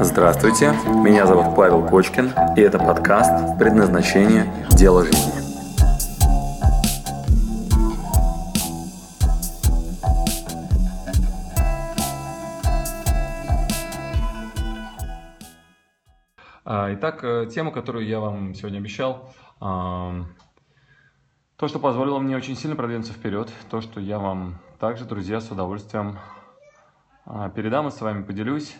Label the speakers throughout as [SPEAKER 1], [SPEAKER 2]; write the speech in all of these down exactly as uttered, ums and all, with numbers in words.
[SPEAKER 1] Здравствуйте, меня зовут Павел Кочкин, и это подкаст «Предназначение. Дело жизни». Итак, тема, которую я вам сегодня обещал, то, что позволило мне очень сильно продвинуться вперед, то, что я вам также, друзья, с удовольствием передам и с вами поделюсь.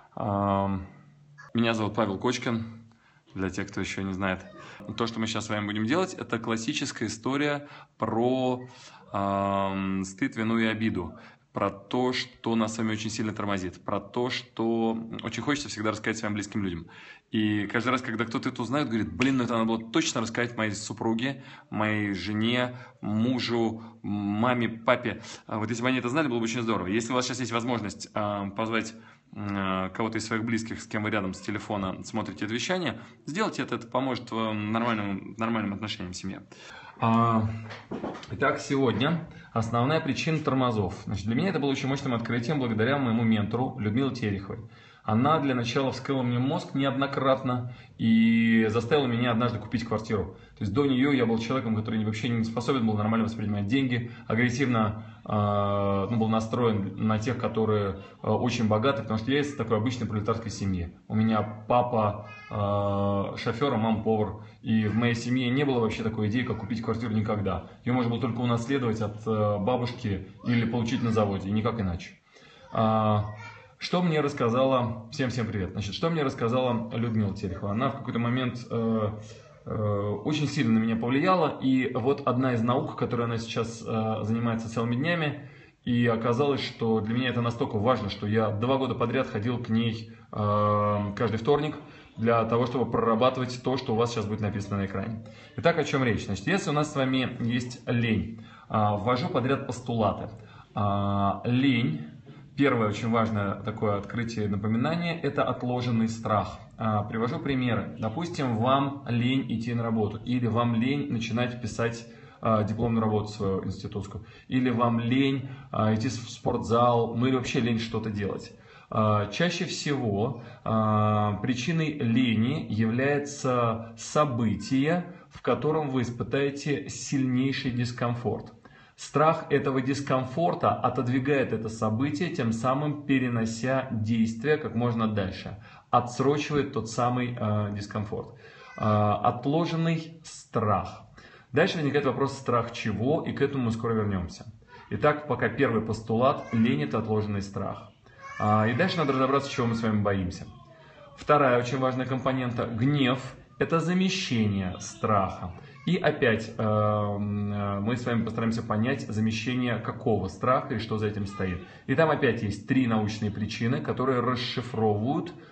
[SPEAKER 1] Меня зовут Павел Кочкин, для тех, кто еще не знает. То, что мы сейчас с вами будем делать, это классическая история про э, стыд, вину и обиду. Про то, что нас с вами очень сильно тормозит. Про то, что очень хочется всегда рассказать своим близким людям. И каждый раз, когда кто-то это узнает, говорит: блин, ну это надо было точно рассказать моей супруге, моей жене, мужу, маме, папе. Вот если бы они это знали, было бы очень здорово. Если у вас сейчас есть возможность э, позвать э, кого-то из своих близких, с кем вы рядом с телефона смотрите это вещание, сделайте это, это поможет нормальным, нормальным отношениям в семье. Итак, сегодня основная причина тормозов. Значит, для меня это было очень мощным открытием благодаря моему ментору Людмиле Тереховой. Она для начала вскрыла мне мозг неоднократно и заставила меня однажды купить квартиру. То есть до нее я был человеком, который вообще не способен был нормально воспринимать деньги, агрессивно э, ну, был настроен на тех, которые э, очень богаты, потому что я из такой обычной пролетарской семьи. У меня папа э, шофер, а мама повар. И в моей семье не было вообще такой идеи, как купить квартиру никогда. Ее можно было только унаследовать от э, бабушки или получить на заводе, и никак иначе. А, Что мне рассказала... Всем-всем привет. Значит, что мне рассказала Людмила Терехова? Она в какой-то момент э, э, очень сильно на меня повлияла. И вот одна из наук, которой она сейчас э, занимается целыми днями. И оказалось, что для меня это настолько важно, что я два года подряд ходил к ней э, каждый вторник для того, чтобы прорабатывать то, что у вас сейчас будет написано на экране. Итак, о чем речь? Значит, если у нас с вами есть лень, э, ввожу подряд постулаты. Э, лень... Первое очень важное такое открытие и напоминание – это отложенный страх. Привожу примеры. Допустим, вам лень идти на работу, или вам лень начинать писать дипломную работу свою институтскую, или вам лень идти в спортзал, ну или вообще лень что-то делать. Чаще всего причиной лени является событие, в котором вы испытаете сильнейший дискомфорт. Страх этого дискомфорта отодвигает это событие, тем самым перенося действие как можно дальше. Отсрочивает тот самый э, дискомфорт. Э, отложенный страх. Дальше возникает вопрос: страх чего? И к этому мы скоро вернемся. Итак, пока первый постулат – лень – это отложенный страх. Э, и дальше надо разобраться, чего мы с вами боимся. Вторая очень важная компонента – гнев. Это замещение страха. И опять э, мы с вами постараемся понять замещение какого страха и что за этим стоит. И там опять есть три научные причины, которые расшифровывают, э,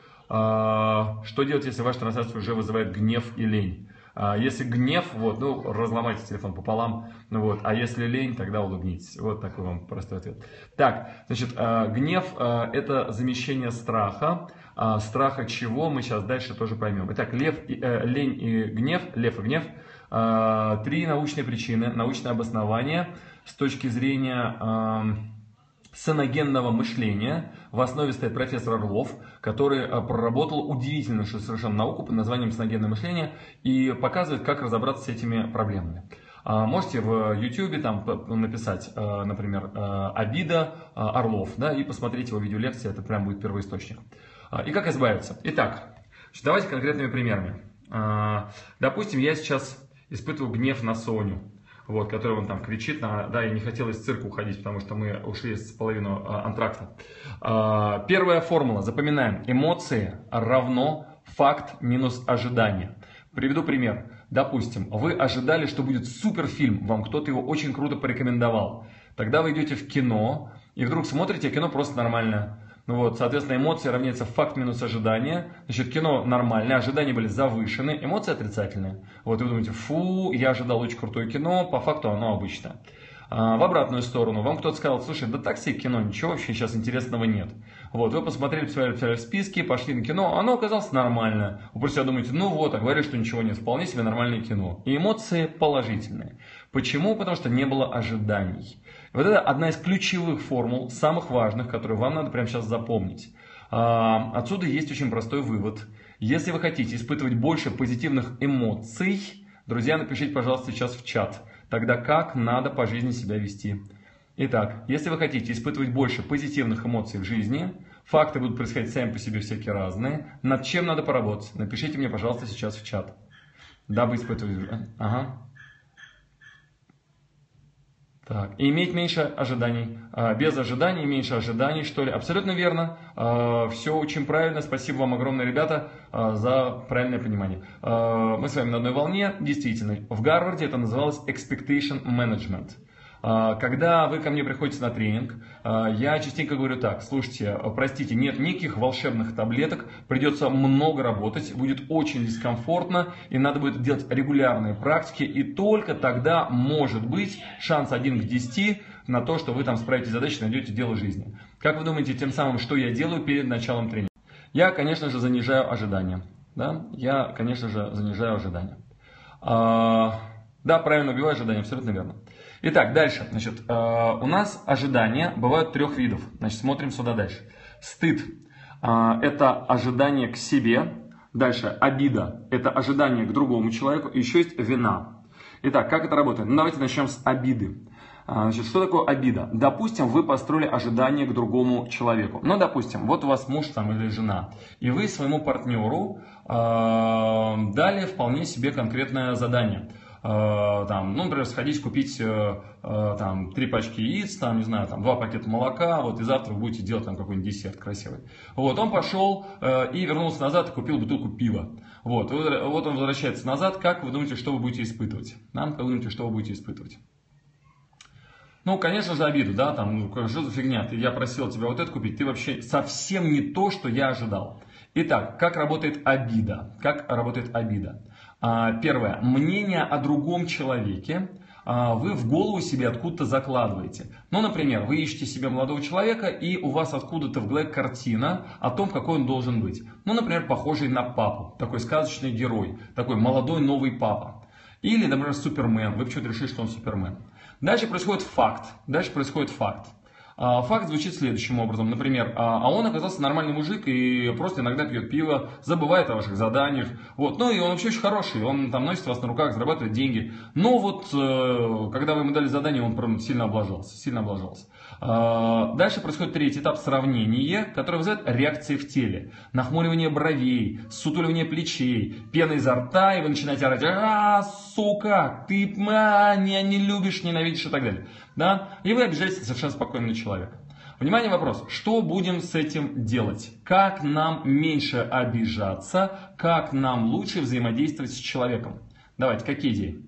[SPEAKER 1] что делать, если ваша трансляция уже вызывает гнев и лень. Э, если гнев, вот, ну, разломайте телефон пополам, ну, вот, а если лень, тогда улыбнитесь. Вот такой вам простой ответ. Так, значит, э, гнев э, – это замещение страха. Э, страха чего, мы сейчас дальше тоже поймем. Итак, лев, э, лень и гнев, лев и гнев – три научные причины, научное обоснование с точки зрения э, саногенного мышления. В основе стоит профессор Орлов, который проработал удивительную совершенно науку под названием саногенное мышление и показывает, как разобраться с этими проблемами. Можете в YouTube там написать, например, «Обида Орлов», да, и посмотреть его видеолекции, это прям будет первоисточник. И как избавиться? Итак, давайте конкретными примерами. Допустим, я сейчас испытываю гнев на Соню, вот, которая он там кричит, на, да, я не хотел из цирка уходить, потому что мы ушли с половину а, антракта. А, первая формула, запоминаем: эмоции равно факт минус ожидание. Приведу пример. Допустим, вы ожидали, что будет суперфильм, вам кто-то его очень круто порекомендовал. Тогда вы идете в кино, и вдруг смотрите, кино просто нормальное. Ну вот, соответственно, эмоции равняется факт минус ожидание. Значит, кино нормальное, ожидания были завышены, эмоции отрицательные. Вот, и вы думаете: фу, я ожидал очень крутое кино, по факту оно обычное. А в обратную сторону, вам кто-то сказал: слушай, да так себе кино, ничего вообще сейчас интересного нет. Вот, вы посмотрели, посмотрели в списке, пошли на кино, оно оказалось нормальное. Вы просто думаете: ну вот, а говорили, что ничего нет, вполне себе нормальное кино. И эмоции положительные. Почему? Потому что не было ожиданий. Вот это одна из ключевых формул, самых важных, которые вам надо прямо сейчас запомнить. Отсюда есть очень простой вывод. Если вы хотите испытывать больше позитивных эмоций, друзья, напишите, пожалуйста, сейчас в чат. Тогда как надо по жизни себя вести. Итак, если вы хотите испытывать больше позитивных эмоций в жизни, факты будут происходить сами по себе всякие разные. Над чем надо поработать? Напишите мне, пожалуйста, сейчас в чат. Дабы испытывать... Ага. Так, и иметь меньше ожиданий. Без ожиданий, меньше ожиданий, что ли. Абсолютно верно. Все очень правильно. Спасибо вам огромное, ребята, за правильное понимание. Мы с вами на одной волне. Действительно, в Гарварде это называлось expectation management. Когда вы ко мне приходите на тренинг, я частенько говорю так: слушайте, простите, нет никаких волшебных таблеток, придется много работать, будет очень дискомфортно, и надо будет делать регулярные практики, и только тогда может быть шанс один к десяти на то, что вы там справитесь с задачей, найдете дело жизни. Как вы думаете, тем самым, что я делаю перед началом тренинга? Я, конечно же, занижаю ожидания. Да? Я, конечно же, занижаю ожидания. А, да, правильно, убиваю ожидания, абсолютно верно. Итак, дальше. Значит, э, у нас ожидания бывают трех видов. Значит, смотрим сюда дальше. Стыд э, – это ожидание к себе. Дальше обида – это ожидание к другому человеку. И еще есть вина. Итак, как это работает? Ну, давайте начнем с обиды. Значит, что такое обида? Допустим, вы построили ожидание к другому человеку. Ну, допустим, вот у вас муж там, или жена, и вы своему партнеру э, дали вполне себе конкретное задание. Там, ну, например, сходить купить там, три пачки яиц, там, не знаю, там, два пакета молока, вот, и завтра вы будете делать там какой-нибудь десерт красивый. Вот, он пошел и вернулся назад и купил бутылку пива. Вот, вот он возвращается назад. Как вы думаете, что вы будете испытывать? Да? Как вы думаете, что вы будете испытывать? Ну, конечно же, обиду, да, там, ну, что за фигня, ты, я просил тебя вот это купить, ты вообще совсем не то, что я ожидал. Итак, как работает обида? Как работает обида? Первое. Мнение о другом человеке вы в голову себе откуда-то закладываете. Ну, например, вы ищете себе молодого человека, и у вас откуда-то в голове картина о том, какой он должен быть. Ну, например, похожий на папу, такой сказочный герой, такой молодой новый папа. Или, например, Супермен, вы почему-то решили, что он Супермен. Дальше происходит факт. Дальше происходит факт. Факт звучит следующим образом. Например, а он оказался нормальный мужик и просто иногда пьет пиво, забывает о ваших заданиях. Вот. Ну и он вообще очень хороший, он там носит вас на руках, зарабатывает деньги. Но вот, когда вы ему дали задание, он прям сильно облажался. Сильно облажался. Дальше происходит третий этап — сравнение, которое вызывает реакции в теле. Нахмуривание бровей, сутуливание плечей, пена изо рта, и вы начинаете орать: а, сука, ты а, меня не любишь, ненавидишь и так далее. Да? И вы обижаетесь совершенно спокойно на человека. Внимание, вопрос. Что будем с этим делать? Как нам меньше обижаться? Как нам лучше взаимодействовать с человеком? Давайте, какие идеи?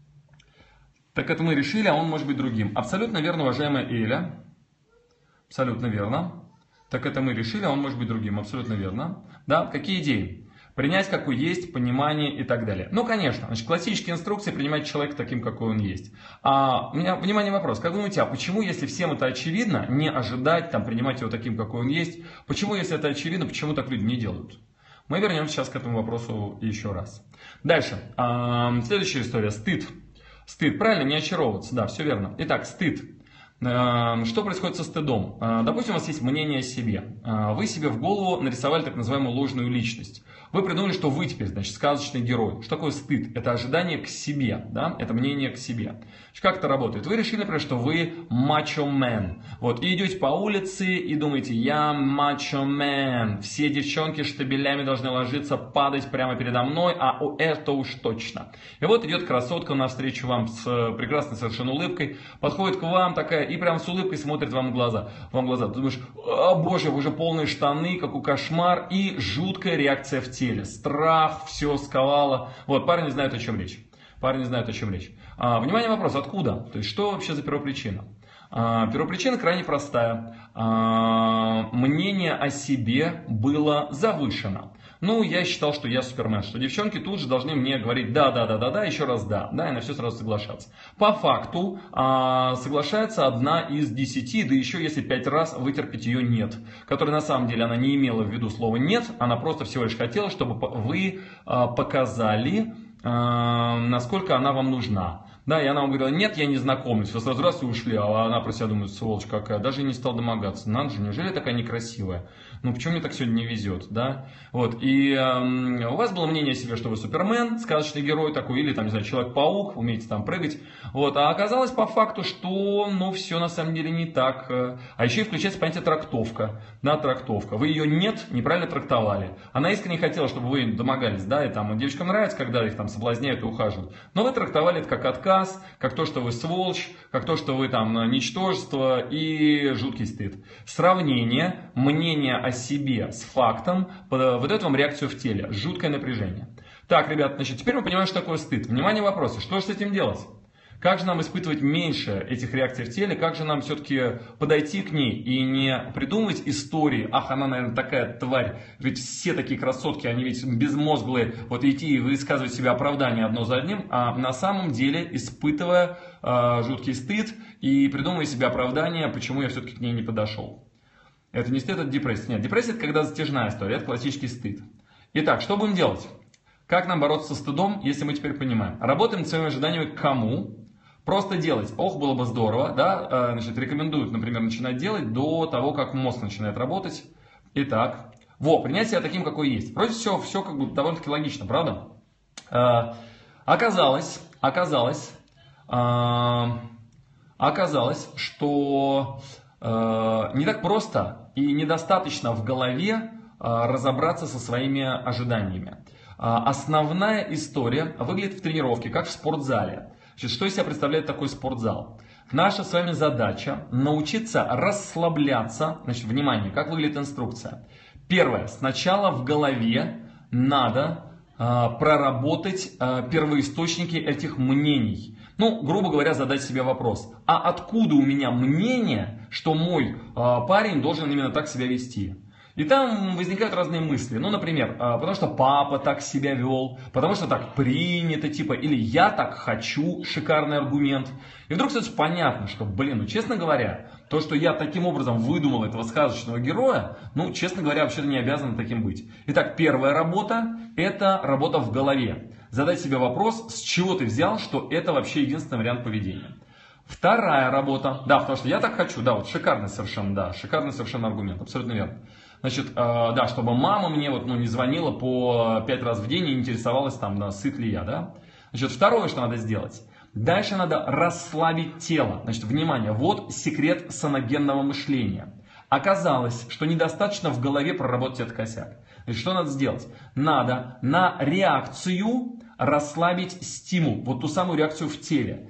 [SPEAKER 1] Так это мы решили, а он может быть другим. Абсолютно верно, уважаемая Эля. Абсолютно верно. Так это мы решили, а он может быть другим. Абсолютно верно. Да, какие идеи? Принять, какой есть, понимание и так далее. Ну, конечно, значит, классические инструкции — принимать человека таким, какой он есть. А у меня, внимание, вопрос. Как вы думаете, а почему, если всем это очевидно, не ожидать, там, принимать его таким, какой он есть? Почему, если это очевидно, почему так люди не делают? Мы вернемся сейчас к этому вопросу еще раз. Дальше. Следующая история. Стыд. Стыд. Правильно, не очаровываться. Да, все верно. Итак, стыд. Что происходит со стыдом? Допустим, у вас есть мнение о себе. Вы себе в голову нарисовали так называемую ложную личность. Вы придумали, что вы теперь, значит, сказочный герой. Что такое стыд? Это ожидание к себе, да? Это мнение к себе. Как это работает? Вы решили, например, что вы мачо-мен. Вот, и идете по улице и думаете: я мачо-мен. Все девчонки штабелями должны ложиться, падать прямо передо мной, а это уж точно. И вот идет красотка навстречу вам с прекрасной совершенно улыбкой, подходит к вам такая и прям с улыбкой смотрит вам в глаза. Вам в глаза. Ты думаешь: о боже, уже полные штаны, какой кошмар, и жуткая реакция в теле. Страх, все сковало. Вот, парни не знают, о чем речь. Парни знают, о чем речь. А, внимание, вопрос: откуда? То есть, что вообще за первопричина? А, первопричина крайне простая. А, мнение о себе было завышено. Ну, я считал, что я Супермен, что девчонки тут же должны мне говорить да, да, да, да, да, еще раз да, да, и на все сразу соглашаться. По факту а, соглашается одна из десяти, да еще если пять раз вытерпеть ее нет, которая на самом деле она не имела в виду слова нет, она просто всего лишь хотела, чтобы вы а, показали, насколько она вам нужна. Да, и она вам говорила, нет, я не знакомлюсь. Вы сразу раз и ушли, а она про себя думает, сволочь какая. Даже и не стал домогаться. Надо же, неужели такая некрасивая? Ну, почему мне так сегодня не везет, да? Вот, и э, у вас было мнение о себе, что вы Супермен, сказочный герой такой, или там, не знаю, Человек-паук, умеете там прыгать. Вот, а оказалось по факту, что, ну, все на самом деле не так. А еще и включается понятие трактовка, да, трактовка. Вы ее нет, неправильно трактовали. Она искренне хотела, чтобы вы домогались, да, и там девочкам нравится, когда их там соблазняют и ухаживают. Но вы трактовали это как отказ, как то, что вы сволочь, как то, что вы там ничтожество и жуткий стыд. Сравнение, мнение о себе с фактом выдает вам реакцию в теле, жуткое напряжение. Так, ребят, значит, теперь мы понимаем, что такое стыд. Внимание, вопросы. Что же с этим делать? Как же нам испытывать меньше этих реакций в теле? Как же нам все-таки подойти к ней и не придумывать истории? Ах, она, наверное, такая тварь. Ведь все такие красотки, они ведь безмозглые. Вот идти и высказывать себе оправдание одно за одним, а на самом деле испытывая э, жуткий стыд и придумывая себе оправдание, почему я все-таки к ней не подошел. Это не стыд, это депрессия. Нет, депрессия это когда затяжная история, это классический стыд. Итак, что будем делать? Как нам бороться со стыдом, если мы теперь понимаем? Работаем над своими ожиданиями к кому? Просто делать. Ох, было бы здорово, да? Значит, рекомендуют, например, начинать делать до того, как мозг начинает работать. Итак, во, принять себя таким, какой есть. Вроде все, все как бы довольно-таки логично, правда? А, оказалось, оказалось, а, оказалось, что а, не так просто и недостаточно в голове а, разобраться со своими ожиданиями. А, основная история выглядит в тренировке, как в спортзале. Значит, что из себя представляет такой спортзал? Наша с вами задача научиться расслабляться. Значит, внимание, как выглядит инструкция. Первое. Сначала в голове надо э, проработать э, первоисточники этих мнений. Ну, грубо говоря, задать себе вопрос. А откуда у меня мнение, что мой э, парень должен именно так себя вести? И там возникают разные мысли. Ну, например, потому что папа так себя вел, потому что так принято, типа, или я так хочу, шикарный аргумент. И вдруг становится понятно, что, блин, ну, честно говоря, то, что я таким образом выдумал этого сказочного героя, ну, честно говоря, вообще-то не обязан таким быть. Итак, первая работа – это работа в голове. Задать себе вопрос, с чего ты взял, что это вообще единственный вариант поведения. Вторая работа, да, потому что я так хочу, да, вот шикарный совершенно, да, шикарный совершенно аргумент, абсолютно верно. Значит, э, да, чтобы мама мне вот, ну, не звонила по пять раз в день и интересовалась, там, да, сыт ли я, да. Значит, второе, что надо сделать. Дальше надо расслабить тело. Значит, внимание, вот секрет саногенного мышления. Оказалось, что недостаточно в голове проработать этот косяк. Значит, что надо сделать? Надо на реакцию расслабить стимул, вот ту самую реакцию в теле.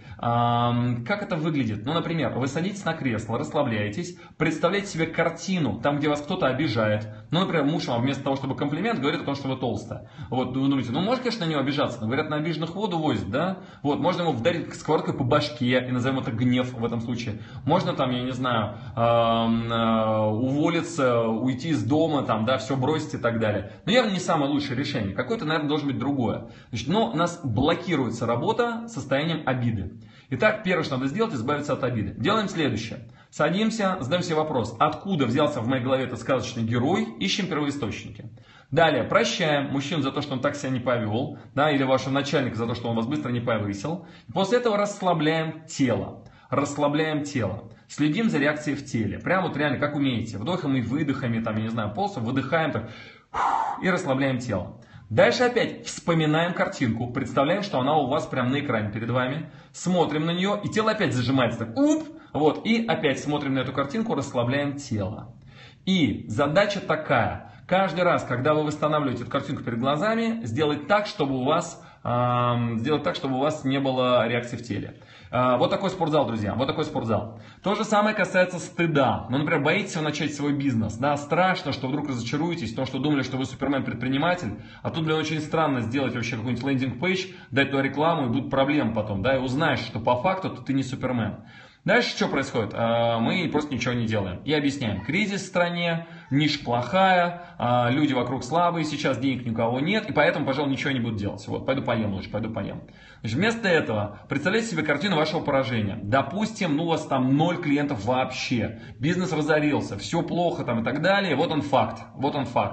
[SPEAKER 1] Эм, как это выглядит? Ну, например, вы садитесь на кресло, расслабляетесь, представляете себе картину, там, где вас кто-то обижает. Ну, например, муж вам вместо того, чтобы комплимент, говорит о том, что вы толстая. Вот, вы думаете, ну, можно, конечно, на него обижаться, но, говорят, на обиженных воду возят, да? Вот, можно ему вдарить сковородкой по башке, и назовем это гнев в этом случае. Можно, там, я не знаю, эм, э, уволиться, уйти из дома, там, да, все бросить и так далее. Но явно не самое лучшее решение. Какое-то, наверное, должно быть другое. Значит, но у нас блокируется работа состоянием обиды. Итак, первое, что надо сделать, избавиться от обиды. Делаем следующее. Садимся, задаем себе вопрос, откуда взялся в моей голове этот сказочный герой, ищем первоисточники. Далее, прощаем мужчину за то, что он так себя не повел, да, или вашего начальника за то, что он вас быстро не повысил. После этого расслабляем тело. Расслабляем тело. Следим за реакцией в теле. Прямо вот реально, как умеете. Вдохами и выдохами, там, я не знаю, полосом, выдыхаем так, и расслабляем тело. Дальше опять вспоминаем картинку, представляем, что она у вас прямо на экране перед вами, смотрим на нее, и тело опять зажимается, так, уп, вот, и опять смотрим на эту картинку, расслабляем тело. И задача такая, каждый раз, когда вы восстанавливаете эту картинку перед глазами, сделать так, чтобы у вас, э, сделать так, чтобы у вас не было реакции в теле. Э, вот такой спортзал, друзья, вот такой спортзал. То же самое касается стыда. Ну, например, боитесь вы начать свой бизнес, да, страшно, что вдруг разочаруетесь, то, что думали, что вы супермен-предприниматель, а тут, блин, очень странно сделать вообще какой-нибудь лендинг-пейдж, дать туда рекламу, и будут проблемы потом, да, и узнаешь, что по факту ты не супермен. Дальше что происходит? Мы просто ничего не делаем. И объясняем. Кризис в стране, ниша плохая, люди вокруг слабые, сейчас денег ни у кого нет, и поэтому, пожалуй, ничего не буду делать. Вот, пойду поем лучше, пойду поем. Значит, вместо этого представляйте себе картину вашего поражения. Допустим, ну у вас там ноль клиентов вообще, бизнес разорился, все плохо там и так далее. Вот он факт, вот он факт.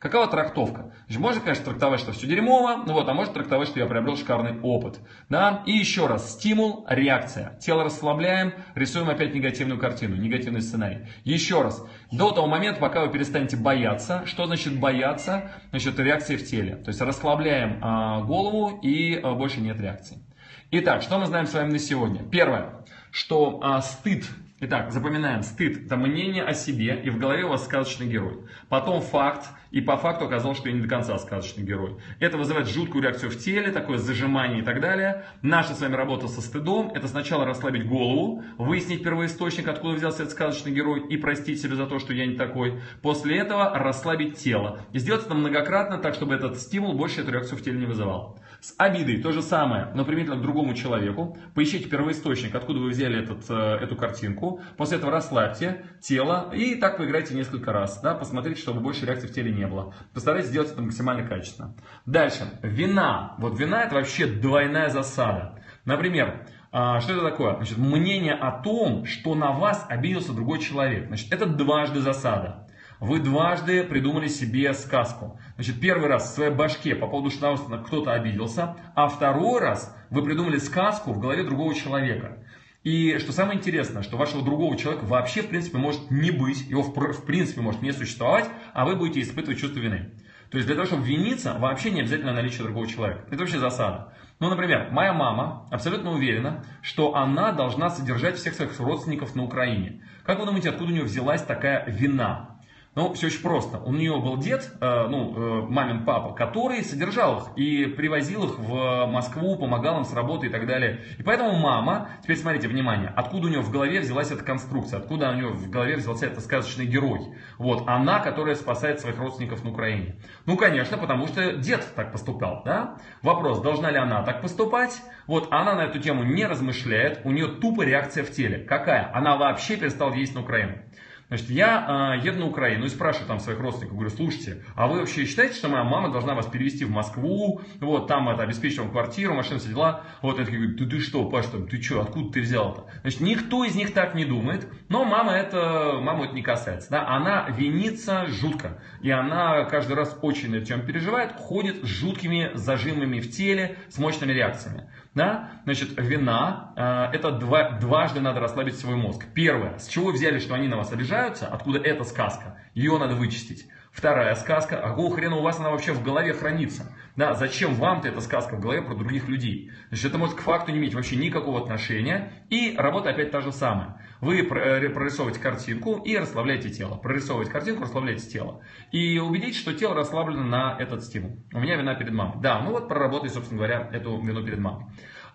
[SPEAKER 1] Какова трактовка? Значит, можно, конечно, трактовать, что все дерьмово, ну вот, а можно трактовать, что я приобрел шикарный опыт. Да? И еще раз, стимул, реакция. Тело расслабляем, рисуем опять негативную картину, негативный сценарий. Еще раз, до того момента, пока вы перестанете бояться. Что значит бояться? Значит, реакция в теле. То есть расслабляем а, голову и а, больше нет реакции. Итак, что мы знаем с вами на сегодня? Первое, что а, стыд. Итак, запоминаем, стыд – это мнение о себе, и в голове у вас сказочный герой. Потом факт, и по факту оказалось, что я не до конца сказочный герой. Это вызывает жуткую реакцию в теле, такое зажимание и так далее. Наша с вами работа со стыдом – это сначала расслабить голову, выяснить первоисточник, откуда взялся этот сказочный герой, и простить себя за то, что я не такой. После этого расслабить тело. И сделать это многократно, так, чтобы этот стимул больше эту реакцию в теле не вызывал. С обидой то же самое, но применительно к другому человеку. Поищите первоисточник, откуда вы взяли этот, эту картинку. После этого расслабьте тело и так поиграйте несколько раз. Да, посмотрите, чтобы больше реакции в теле не было. Постарайтесь сделать это максимально качественно. Дальше. Вина. Вот вина – это вообще двойная засада. Например, что это такое? Значит, мнение о том, что на вас обиделся другой человек. Значит, это дважды засада. Вы дважды придумали себе сказку. Значит, первый раз в своей башке по поводу, что на вас кто-то обиделся, а второй раз вы придумали сказку в голове другого человека. И что самое интересное, что вашего другого человека вообще в принципе может не быть, его в, в принципе может не существовать, а вы будете испытывать чувство вины. То есть для того, чтобы виниться, вообще не обязательно наличие другого человека. Это вообще засада. Ну, например, моя мама абсолютно уверена, что она должна содержать всех своих родственников на Украине. Как вы думаете, откуда у нее взялась такая вина? Ну, все очень просто. У нее был дед, э, ну, э, мамин папа, который содержал их и привозил их в Москву, помогал им с работой и так далее. И поэтому мама, теперь смотрите, внимание, откуда у нее в голове взялась эта конструкция, откуда у нее в голове взялся этот сказочный герой. Вот, она, которая спасает своих родственников на Украине. Ну, конечно, потому что дед так поступал, да? Вопрос, должна ли она так поступать? Вот, она на эту тему не размышляет, у нее тупо реакция в теле. Какая? Она вообще перестала ездить на Украину. Значит, я э, еду на Украину и спрашиваю там своих родственников, говорю, слушайте, а вы вообще считаете, что моя мама должна вас перевезти в Москву, вот, там это, обеспечить вам квартиру, машину, все дела? Вот, они говорят, ты, ты что, Паш, там, ты что, откуда ты взял это? Значит, никто из них так не думает, но мама это, маму это не касается, да, она винится жутко, и она каждый раз очень на эту тему переживает, ходит с жуткими зажимами в теле, с мощными реакциями. Да? Значит, вина, э, это два, дважды надо расслабить свой мозг. Первое, с чего взяли, что они на вас обижаются, откуда эта сказка, ее надо вычистить. Вторая сказка, а какого хрена у вас она вообще в голове хранится? Да, зачем вам-то эта сказка в голове про других людей? Значит, это может к факту не иметь вообще никакого отношения. И работа опять та же самая. Вы прорисовываете картинку и расслабляете тело. Прорисовываете картинку, расслабляете тело. И убедитесь, что тело расслаблено на этот стимул. У меня вина перед мамой. Да, ну вот проработайте, собственно говоря, эту вину перед мамой.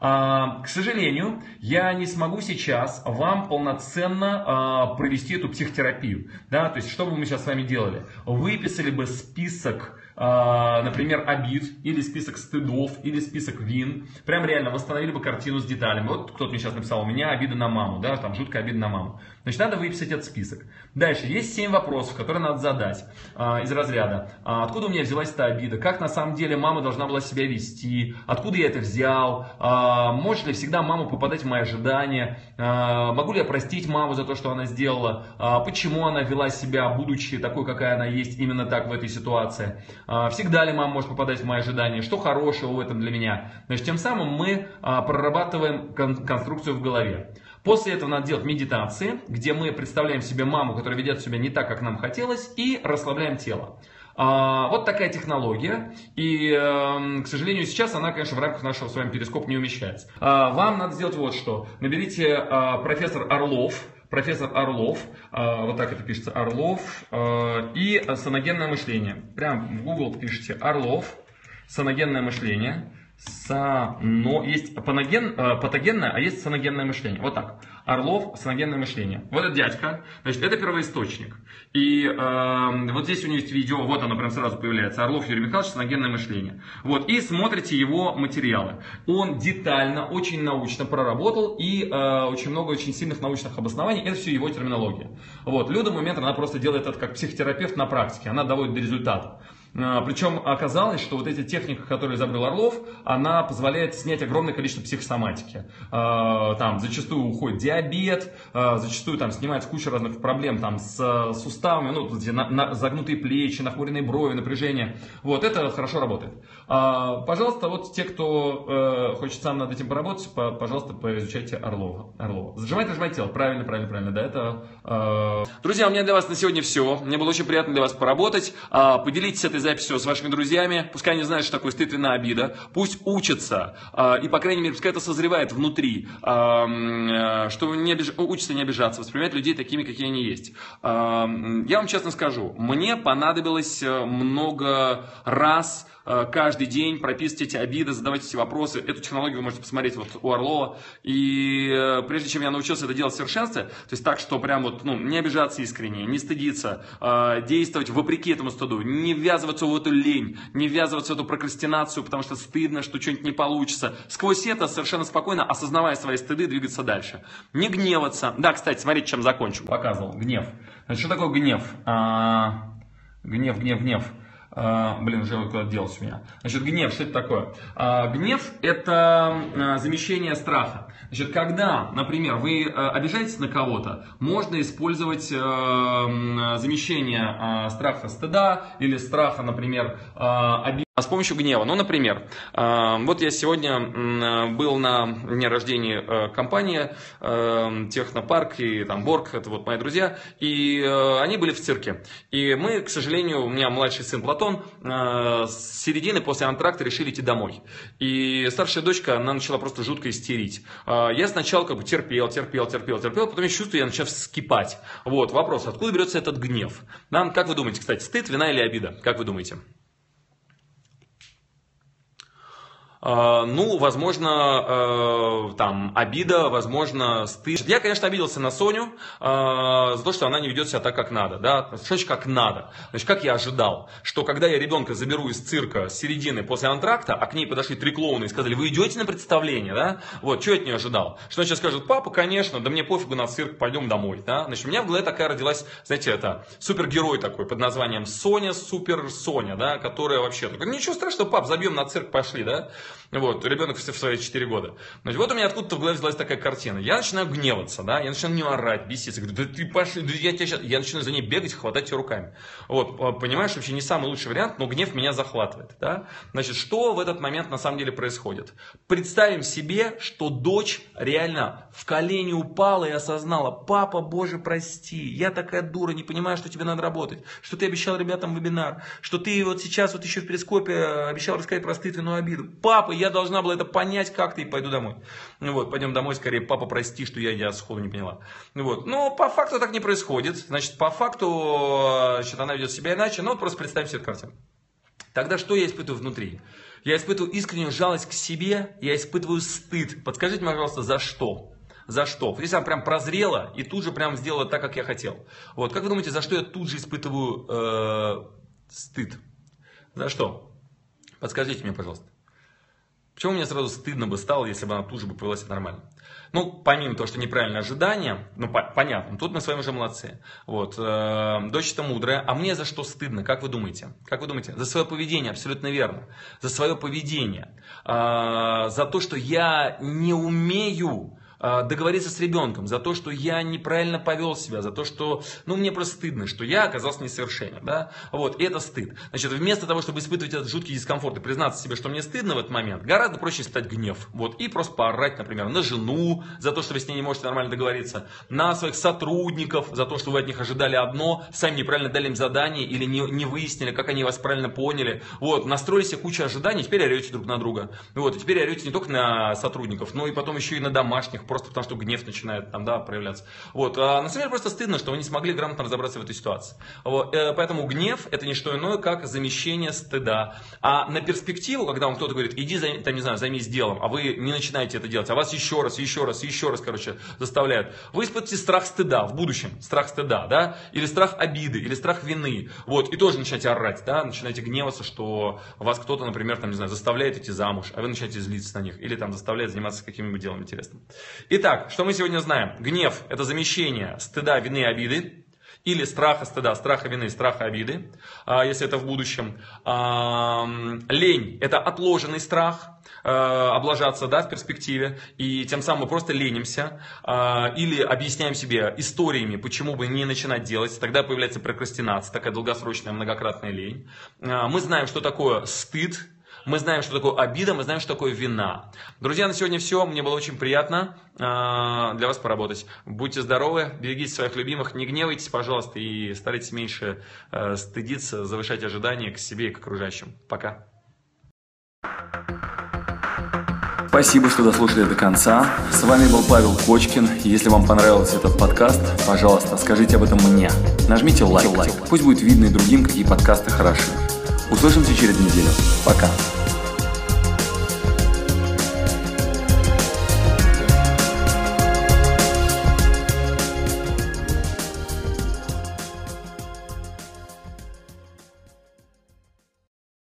[SPEAKER 1] А, к сожалению, я не смогу сейчас вам полноценно а, провести эту психотерапию. Да? То есть, что бы мы сейчас с вами делали? Выписали бы список, а, например, обид, или список стыдов, или список вин. Прям реально восстановили бы картину с деталями. Вот кто-то мне сейчас написал, у меня обида на маму, да, там жуткая обида на маму. Значит, надо выписать этот список. Дальше, есть семь вопросов, которые надо задать а, из разряда. А, откуда у меня взялась эта обида? Как на самом деле мама должна была себя вести? Откуда я это взял? А, может ли всегда мама попадать в мои ожидания? А, могу ли я простить маму за то, что она сделала? А, почему она вела себя, будучи такой, какая она есть, именно так в этой ситуации? А, всегда ли мама может попадать в мои ожидания? Что хорошего в этом для меня? Значит, тем самым мы а, прорабатываем кон- конструкцию в голове. После этого надо делать медитации, где мы представляем себе маму, которая ведет себя не так, как нам хотелось, и расслабляем тело. А, вот такая технология, и, э, к сожалению, сейчас она, конечно, в рамках нашего с вами перископа не умещается. А, вам надо сделать вот что. Наберите а, профессор Орлов, профессор Орлов, а, вот так это пишется, Орлов, а, и саногенное мышление. Прям в Google пишите Орлов, саногенное мышление. Сано... Есть паноген... патогенное, а есть саногенное мышление. Вот так. Орлов, саногенное мышление. Вот этот дядька, значит, это первоисточник. И э, вот здесь у него есть видео, вот оно прям сразу появляется. Орлов Юрий Михайлович, саногенное мышление. Вот, и смотрите его материалы. Он детально, очень научно проработал, и э, очень много очень сильных научных обоснований. Это все его терминология. Вот, Люда Моментер, она просто делает это как психотерапевт на практике. Она доводит до результата. Причем оказалось, что вот эта техника, которую изобрел Орлов, она позволяет снять огромное количество психосоматики. Там зачастую уходит диабет, зачастую там снимается куча разных проблем там, с суставами, ну, на, на, загнутые плечи, нахмуренные брови, напряжение. Вот, это хорошо работает. Пожалуйста, вот те, кто хочет сам над этим поработать, пожалуйста, поизучайте Орлова. Орлова. Зажимайте, нажимайте тело. Правильно, правильно, правильно. Да, это... Друзья, у меня для вас на сегодня все. Мне было очень приятно для вас поработать. Поделитесь этой записью с вашими друзьями. Пускай они знают, что такое стыд, вина, обида. Пусть учатся. И, по крайней мере, пускай это созревает внутри. Что не обиж... учатся не обижаться, воспринимать людей такими, какие они есть. Я вам честно скажу, мне понадобилось много раз каждый день прописывать эти обиды, задавать эти вопросы. Эту технологию вы можете посмотреть вот у Орлова. И прежде чем я научился это делать в совершенстве, то есть так, что прям вот, ну, не обижаться искренне, не стыдиться, действовать вопреки этому стыду, не ввязываться в эту лень, не ввязываться в эту прокрастинацию, потому что стыдно, что что-нибудь не получится. Сквозь это совершенно спокойно, осознавая свои стыды, двигаться дальше. Не гневаться. Да, кстати, смотрите, чем закончу. Показывал. Гнев. Значит, что такое гнев? А, гнев, гнев, гнев. Uh, блин, уже куда делось у меня. Значит, гнев, что это такое? Uh, гнев – это uh, замещение страха. Значит, когда, например, вы uh, обижаетесь на кого-то, можно использовать uh, замещение uh, страха стыда или страха, например, uh, обиды. С помощью гнева. Ну, например, вот я сегодня был на дне рождения компании Технопарк и там Борг, это вот мои друзья, и они были в цирке. И мы, к сожалению, у меня младший сын Платон, с середины после антракта решили идти домой. И старшая дочка, она начала просто жутко истерить. Я сначала как бы терпел, терпел, терпел, терпел, потом я чувствую, я начал вскипать. Вот, вопрос, откуда берется этот гнев? Нам, как вы думаете, кстати, стыд, вина или обида? Как вы думаете? Ну, возможно, там, обида, возможно, стыд. Я, конечно, обиделся на Соню за то, что она не ведет себя так, как надо. Да? Что значит, как надо? Значит, как я ожидал, что когда я ребенка заберу из цирка с середины после антракта, а к ней подошли три клоуна и сказали, вы идете на представление, да? Вот, что я от нее ожидал? Что она сейчас скажет, папа, конечно, да мне пофигу на цирк, пойдем домой. Да? Значит, у меня в голове такая родилась, знаете, это супергерой такой под названием Соня, Супер Соня, да, которая вообще, ничего страшного, пап, забьем на цирк, пошли, да? Вот, ребенок в свои четыре года. Значит, вот у меня откуда-то в голове взялась такая картина. Я начинаю гневаться, да, я начинаю на нее орать, беситься. Говорю, да ты пошли, да я тебя сейчас... Я начинаю за ней бегать, хватать ее руками. Вот, понимаешь, вообще не самый лучший вариант, но гнев меня захватывает, да. Значит, что в этот момент на самом деле происходит? Представим себе, что дочь реально в колени упала и осознала, папа, боже, прости, я такая дура, не понимаю, что тебе надо работать, что ты обещал ребятам вебинар, что ты вот сейчас вот еще в перископе обещал рассказать про стыд, вину, обиду. Папа, я должна была это понять как-то и пойду домой. Ну вот, пойдем домой скорее, папа, прости, что я, я сходу не поняла. Ну вот, но по факту так не происходит. Значит, по факту, значит, она ведет себя иначе, но просто представим себе эту картину. Тогда что я испытываю внутри? Я испытываю искреннюю жалость к себе, я испытываю стыд. Подскажите, пожалуйста, за что? За что? Вот если она прям прозрела и тут же прям сделала так, как я хотел. Вот, как вы думаете, за что я тут же испытываю э, стыд? За что? Подскажите мне, пожалуйста. Почему мне сразу стыдно бы стало, если бы она тут же бы повела себя нормально? Ну, помимо того, что неправильное ожидание, ну, по понятно, тут мы с вами уже молодцы. Вот, э, дочь-то мудрая, а мне за что стыдно, как вы думаете? Как вы думаете? За свое поведение, абсолютно верно. За свое поведение. Э, за то, что я не умею договориться с ребенком, за то, что я неправильно повел себя, за то, что, ну, мне просто стыдно, что я оказался несовершенен, да, вот, и это стыд. Значит, вместо того, чтобы испытывать этот жуткий дискомфорт и признаться себе, что мне стыдно в этот момент, гораздо проще испытать гнев, вот, и просто поорать, например, на жену, за то, что вы с ней не можете нормально договориться, на своих сотрудников, за то, что вы от них ожидали одно, сами неправильно дали им задание или не, не выяснили, как они вас правильно поняли, вот, настроили себе кучу ожиданий, теперь орете друг на друга, вот, и теперь орете не только на сотрудников, но и потом еще и на домашних, просто потому что гнев начинает там, да, проявляться. Вот. А на самом деле просто стыдно, что вы не смогли грамотно разобраться в этой ситуации. Вот. Поэтому гнев это не что иное, как замещение стыда. А на перспективу, когда вам кто-то говорит, иди, там, не знаю, займись делом, а вы не начинаете это делать, а вас еще раз, еще раз, еще раз, короче, заставляют, вы испытываете страх стыда в будущем, страх стыда, да, или страх обиды, или страх вины, вот, и тоже начинаете орать, да, начинаете гневаться, что вас кто-то, например, там, не знаю, заставляет идти замуж, а вы начинаете злиться на них, или там заставляет заниматься каким-нибудь делом интересным. Итак, что мы сегодня знаем? Гнев – это замещение стыда, вины, обиды. Или страха, стыда, страха вины, страха обиды, если это в будущем. Лень – это отложенный страх, облажаться, да, в перспективе, и тем самым мы просто ленимся или объясняем себе историями, почему бы не начинать делать, тогда появляется прокрастинация, такая долгосрочная многократная лень. Мы знаем, что такое стыд, мы знаем, что такое обида, мы знаем, что такое вина. Друзья, на сегодня все. Мне было очень приятно э, для вас поработать. Будьте здоровы, берегите своих любимых, не гневайтесь, пожалуйста, и старайтесь меньше э, стыдиться, завышать ожидания к себе и к окружающим. Пока.
[SPEAKER 2] Спасибо, что дослушали до конца. С вами был Павел Кочкин. Если вам понравился этот подкаст, пожалуйста, скажите об этом мне. Нажмите лайк. Пусть будет видно и другим, какие подкасты хороши. Услышимся через неделю. Пока.